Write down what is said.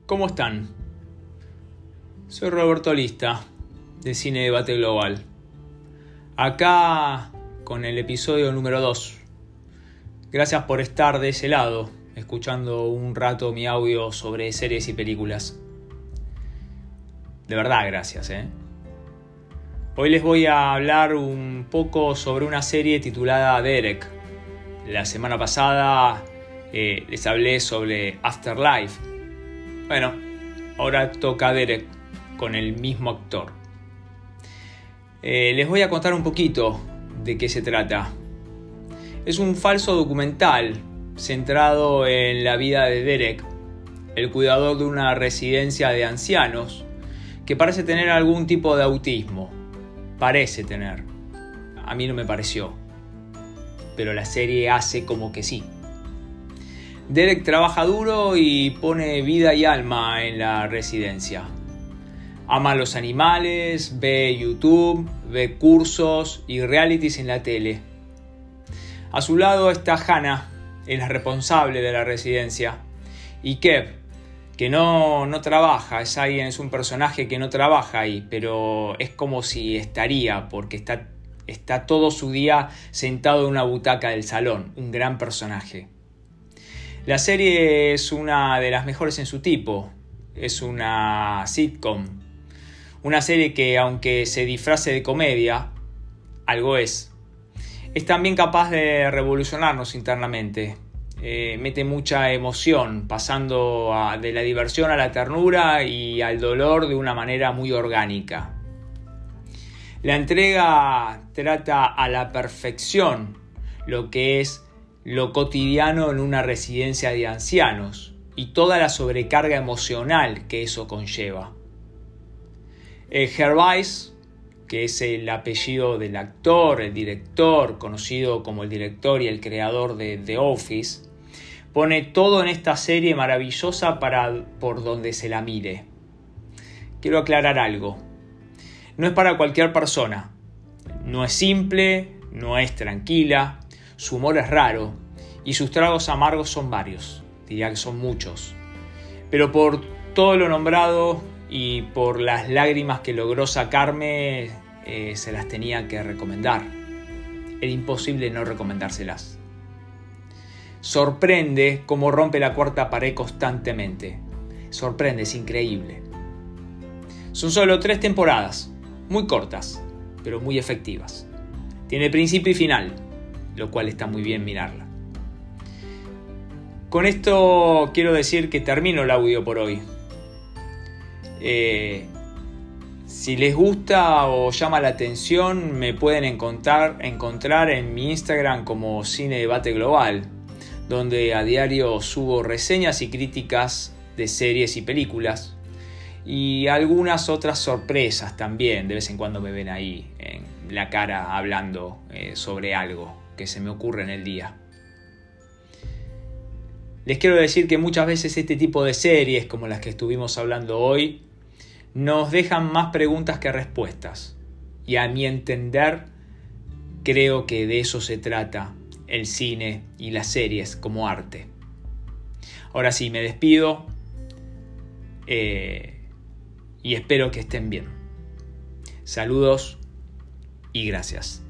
¿Cómo están? Soy Roberto Lista, de Cine Debate Global. Acá con el episodio número 2. Gracias por estar de ese lado, escuchando un rato mi audio sobre series y películas. De verdad, gracias, Hoy les voy a hablar un poco sobre una serie titulada Derek. La semana pasada les hablé sobre Afterlife. Bueno, ahora toca Derek con el mismo actor. Les voy a contar un poquito de qué se trata. Es un falso documental centrado en la vida de Derek, el cuidador de una residencia de ancianos que parece tener algún tipo de autismo. Parece tener. A mí no me pareció. Pero la serie hace como que sí. Derek trabaja duro y pone vida y alma en la residencia. Ama a los animales, ve YouTube, ve cursos y realities en la tele. A su lado está Hannah, es la responsable de la residencia. Y Kev, que no trabaja, es un personaje que no trabaja ahí, pero es como si estaría, porque está todo su día sentado en una butaca del salón, un gran personaje. La serie es una de las mejores en su tipo, es una sitcom, una serie que aunque se disfrace de comedia, algo es también capaz de revolucionarnos internamente. Mete mucha emoción, pasando de la diversión a la ternura y al dolor de una manera muy orgánica. La entrega trata a la perfección lo que es lo cotidiano en una residencia de ancianos y toda la sobrecarga emocional que eso conlleva. Gervais, que es el apellido del actor, el director, conocido como el director y el creador de The Office, pone todo en esta serie maravillosa por donde se la mire. Quiero aclarar algo. No es para cualquier persona. No es simple, no es tranquila, su humor es raro y sus tragos amargos son varios. Diría que son muchos. Pero por todo lo nombrado y por las lágrimas que logró sacarme, se las tenía que recomendar. Era imposible no recomendárselas. Sorprende cómo rompe la cuarta pared constantemente. Sorprende, es increíble. Son solo 3 temporadas, muy cortas, pero muy efectivas. Tiene principio y final, lo cual está muy bien mirarla. Con esto quiero decir que termino el audio por hoy. Si les gusta o llama la atención, me pueden encontrar en mi Instagram como Cine Debate Global, donde a diario subo reseñas y críticas de series y películas y algunas otras sorpresas también. De vez en cuando me ven ahí en la cara hablando sobre algo que se me ocurre en el día. Les quiero decir que muchas veces este tipo de series, como las que estuvimos hablando hoy, nos dejan más preguntas que respuestas. Y a mi entender, creo que de eso se trata el cine y las series como arte. Ahora sí, me despido y espero que estén bien. Saludos y gracias.